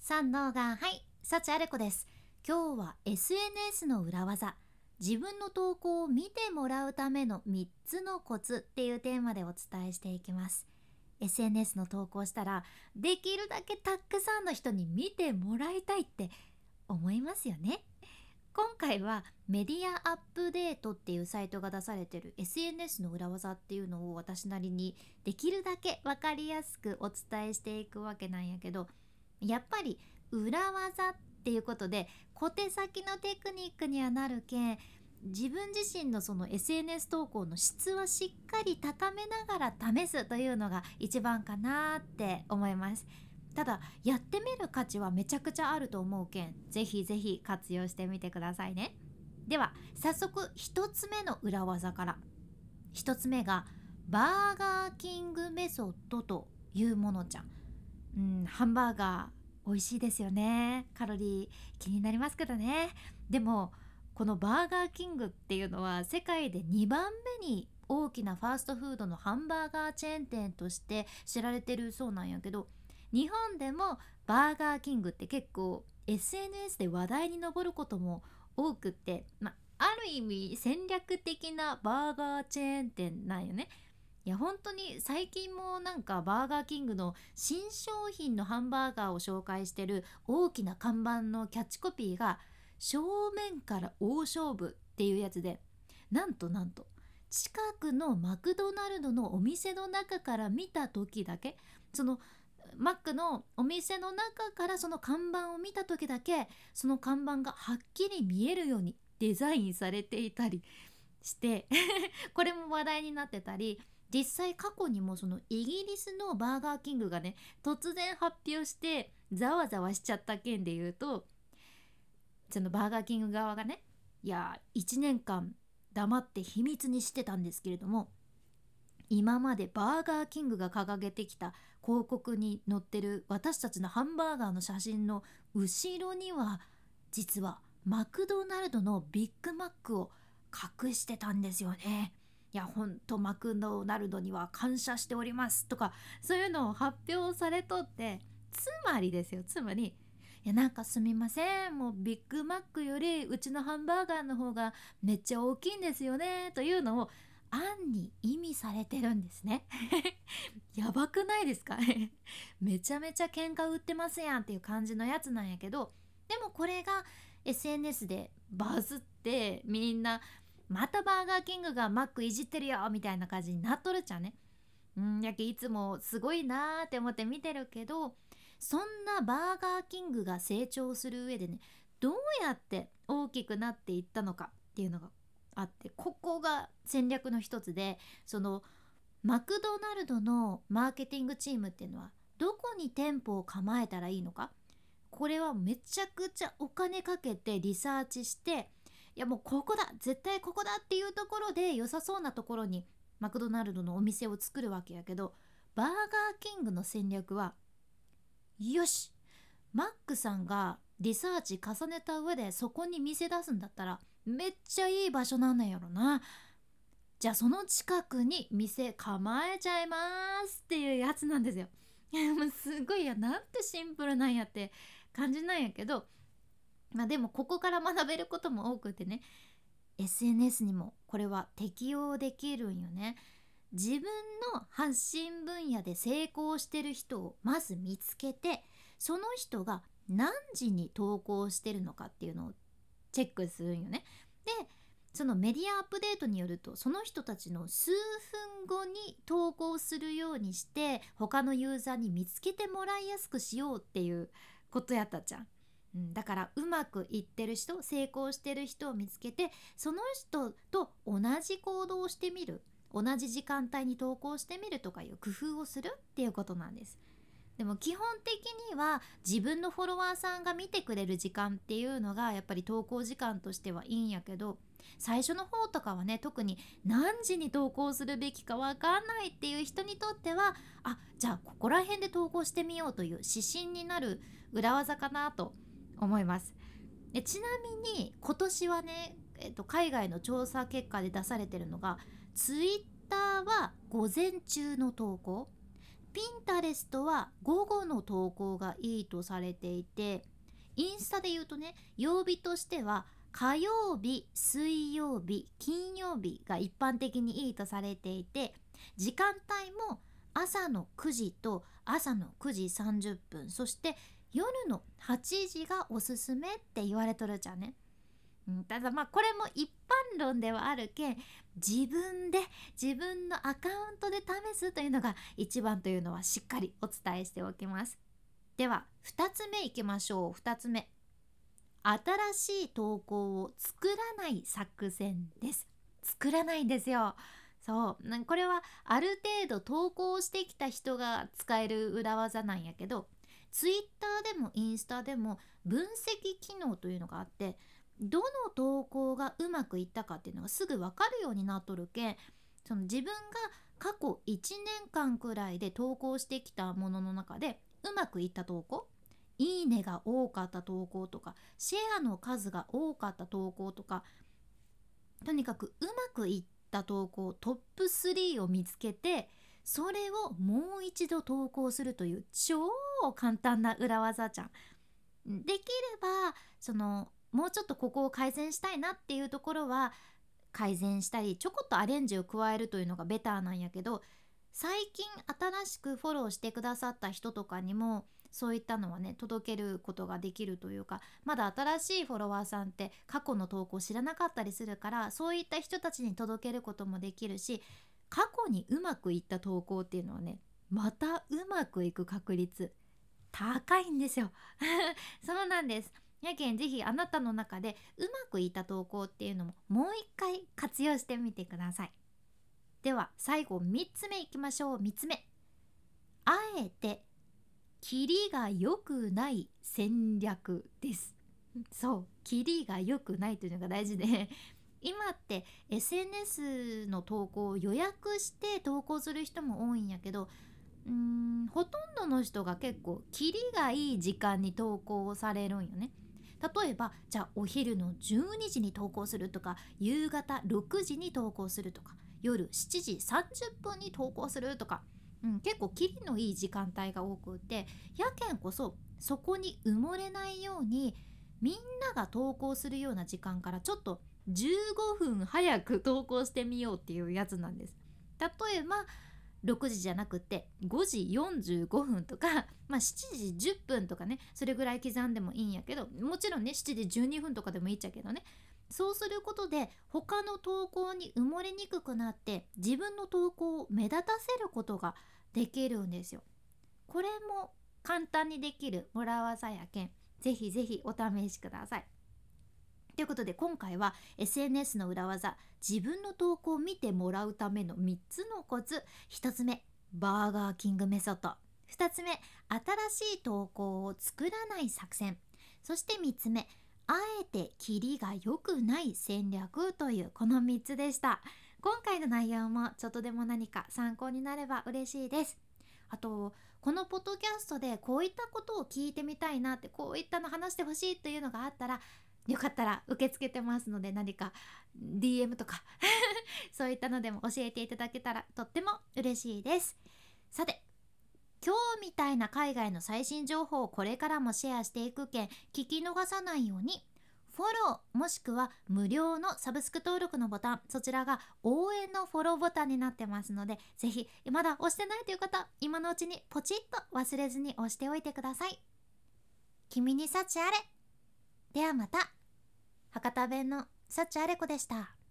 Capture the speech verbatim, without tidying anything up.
三能がはい、幸あれ子です。今日は エスエヌエス の裏技、自分の投稿を見てもらうためのみっつのコツっていうテーマでお伝えしていきます。 エスエヌエス の投稿したらできるだけたくさんの人に見てもらいたいって思いますよね。今回はメディアアップデートっていうサイトが出されてる エスエヌエス の裏技っていうのを私なりにできるだけ分かりやすくお伝えしていくわけなんやけど、やっぱり裏技っていうことで小手先のテクニックにはなるけん、自分自身のその エスエヌエス 投稿の質はしっかり高めながら試すというのが一番かなって思います。ただやってみる価値はめちゃくちゃあると思うけん、ぜひぜひ活用してみてくださいね。では早速ひとつめの裏技から。ひとつめがバーガーキングメソッドというものじゃん。うん、ハンバーガー美味しいですよね。カロリー気になりますけどね。でもこのバーガーキングっていうのは世界でにばんめに大きなファーストフードのハンバーガーチェーン店として知られてるそうなんやけど、日本でもバーガーキングって結構 エスエヌエス で話題に上ることも多くって、ま、ある意味戦略的なバーガーチェーン店なんよね。いや本当に最近もなんかバーガーキングの新商品のハンバーガーを紹介してる大きな看板のキャッチコピーが正面から大勝負っていうやつで、なんとなんと近くのマクドナルドのお店の中から見た時だけ、そのマックのお店の中からその看板を見た時だけその看板がはっきり見えるようにデザインされていたりしてこれも話題になってたり、実際過去にもそのイギリスのバーガーキングがね突然発表してざわざわしちゃった件で言うと、そのバーガーキング側がね、いやいちねんかん黙って秘密にしてたんですけれども、今までバーガーキングが掲げてきた広告に載ってる私たちのハンバーガーの写真の後ろには実はマクドナルドのビッグマックを隠してたんですよね。いやほんとマクドナルドには感謝しておりますとかそういうのを発表されとって、つまりですよ、つまりいやなんかすみません、もうビッグマックよりうちのハンバーガーの方がめっちゃ大きいんですよねというのを暗に意味されてるんですねやばくないですかめちゃめちゃ喧嘩売ってますやんっていう感じのやつなんやけど、でもこれが エスエヌエス でバズってみんなまたバーガーキングがマックいじってるよみたいな感じになっとるっちゃね。うんやけいつもすごいなーって思って見てるけど、そんなバーガーキングが成長する上でね、どうやって大きくなっていったのかっていうのがあって、ここが戦略の一つで、そのマクドナルドのマーケティングチームっていうのはどこに店舗を構えたらいいのか、これはめちゃくちゃお金かけてリサーチして、いやもうここだ絶対ここだっていうところで良さそうなところにマクドナルドのお店を作るわけやけど、バーガーキングの戦略は、よしマックさんがリサーチ重ねた上でそこに店出すんだったらめっちゃいい場所なんだやろな、じゃあその近くに店構えちゃいますっていうやつなんですよ。いやもうすごい、いやなんてシンプルなんやって感じなんやけど、まあでもここから学べることも多くてね、 エスエヌエス にもこれは適用できるんよね。自分の発信分野で成功してる人をまず見つけて、その人が何時に投稿してるのかっていうのをチェックするんよね。でそのメディアアップデートによると、その人たちの数分後に投稿するようにして他のユーザーに見つけてもらいやすくしようっていうことやったじゃん。うん、だからうまくいってる人、成功してる人を見つけて、その人と同じ行動をしてみる、同じ時間帯に投稿してみるとかいう工夫をするっていうことなんです。でも基本的には自分のフォロワーさんが見てくれる時間っていうのがやっぱり投稿時間としてはいいんやけど、最初の方とかはね、特に何時に投稿するべきかわかんないっていう人にとっては、あ、じゃあここら辺で投稿してみようという指針になる裏技かなと思います。でちなみに今年はね、えっと、海外の調査結果で出されてるのが、ツイッターは午前中の投稿、 ピンタレストは午後の投稿がいいとされていて、インスタで言うとね、曜日としては火曜日、水曜日、金曜日が一般的にいいとされていて、時間帯も朝のくじと朝のくじさんじゅっぷん、そして夜のはちじがおすすめって言われとるじゃんね。うん、ただまあこれも一般論ではあるけん、自分で自分のアカウントで試すというのが一番というのはしっかりお伝えしておきます。ではふたつめいきましょう。ふたつめ、新しい投稿を作らない作戦です。作らないんですよ。そうなんこれはある程度投稿してきた人が使える裏技なんやけど、ツイッターでもインスタでも分析機能というのがあって、どの投稿がうまくいったかっていうのがすぐ分かるようになっとるけん、その自分が過去いちねんかんくらいで投稿してきたものの中でうまくいった投稿、いいねが多かった投稿とかシェアの数が多かった投稿とか、とにかくうまくいった投稿トップスリーを見つけて、それをもう一度投稿するという超簡単な裏技じゃん。できればそのもうちょっとここを改善したいなっていうところは改善したり、ちょこっとアレンジを加えるというのがベターなんやけど、最近新しくフォローしてくださった人とかにもそういったのはね届けることができるというか、まだ新しいフォロワーさんって過去の投稿知らなかったりするから、そういった人たちに届けることもできるし、過去にうまくいった投稿っていうのはね、またうまくいく確率高いんですよそうなんです。やけんぜひあなたの中でうまくいった投稿っていうのももう一回活用してみてください。では最後みっつめいきましょう。みっつめ、あえてキリが良くない戦略です。そう、キリが良くないというのが大事で今って エスエヌエス の投稿を予約して投稿する人も多いんやけど、うーんほとんどの人が結構キリがいい時間に投稿されるんよね。例えばじゃあお昼のじゅうにじに投稿するとか、夕方ろくじに投稿するとか、夜しちじさんじゅっぷんに投稿するとか、うん、結構キリのいい時間帯が多くて、やけんこそそこに埋もれないようにみんなが投稿するような時間からちょっとじゅうごふん早く投稿してみようっていうやつなんです。例えばろくじじゃなくてごじよんじゅうごふんとか、まあ、しちじじゅっぷんとかね、それぐらい刻んでもいいんやけど、もちろんねしちじじゅうにふんとかでもいいっちゃけどね、そうすることで他の投稿に埋もれにくくなって自分の投稿を目立たせることができるんですよ。これも簡単にできる裏技やけん、ぜひぜひお試しください。ということで今回は エスエヌエス の裏技、自分の投稿を見てもらうためのみっつのコツ。ひとつめ、バーガーキングメソッド。ふたつめ、新しい投稿を作らない作戦。そしてみっつめ、あえてキリが良くない戦略というこのみっつでした。今回の内容もちょっとでも何か参考になれば嬉しいです。あとこのポッドキャストでこういったことを聞いてみたいなって、こういったの話してほしいというのがあったら、よかったら受け付けてますので、何か ディーエム とかそういったのでも教えていただけたらとっても嬉しいです。さて、今日みたいな海外の最新情報をこれからもシェアしていくけん、聞き逃さないようにフォローもしくは無料のサブスク登録のボタン、そちらが応援のフォローボタンになってますので、ぜひまだ押してないという方、今のうちにポチッと忘れずに押しておいてください。君に幸あれ。ではまた。博多弁の幸あれ子でした。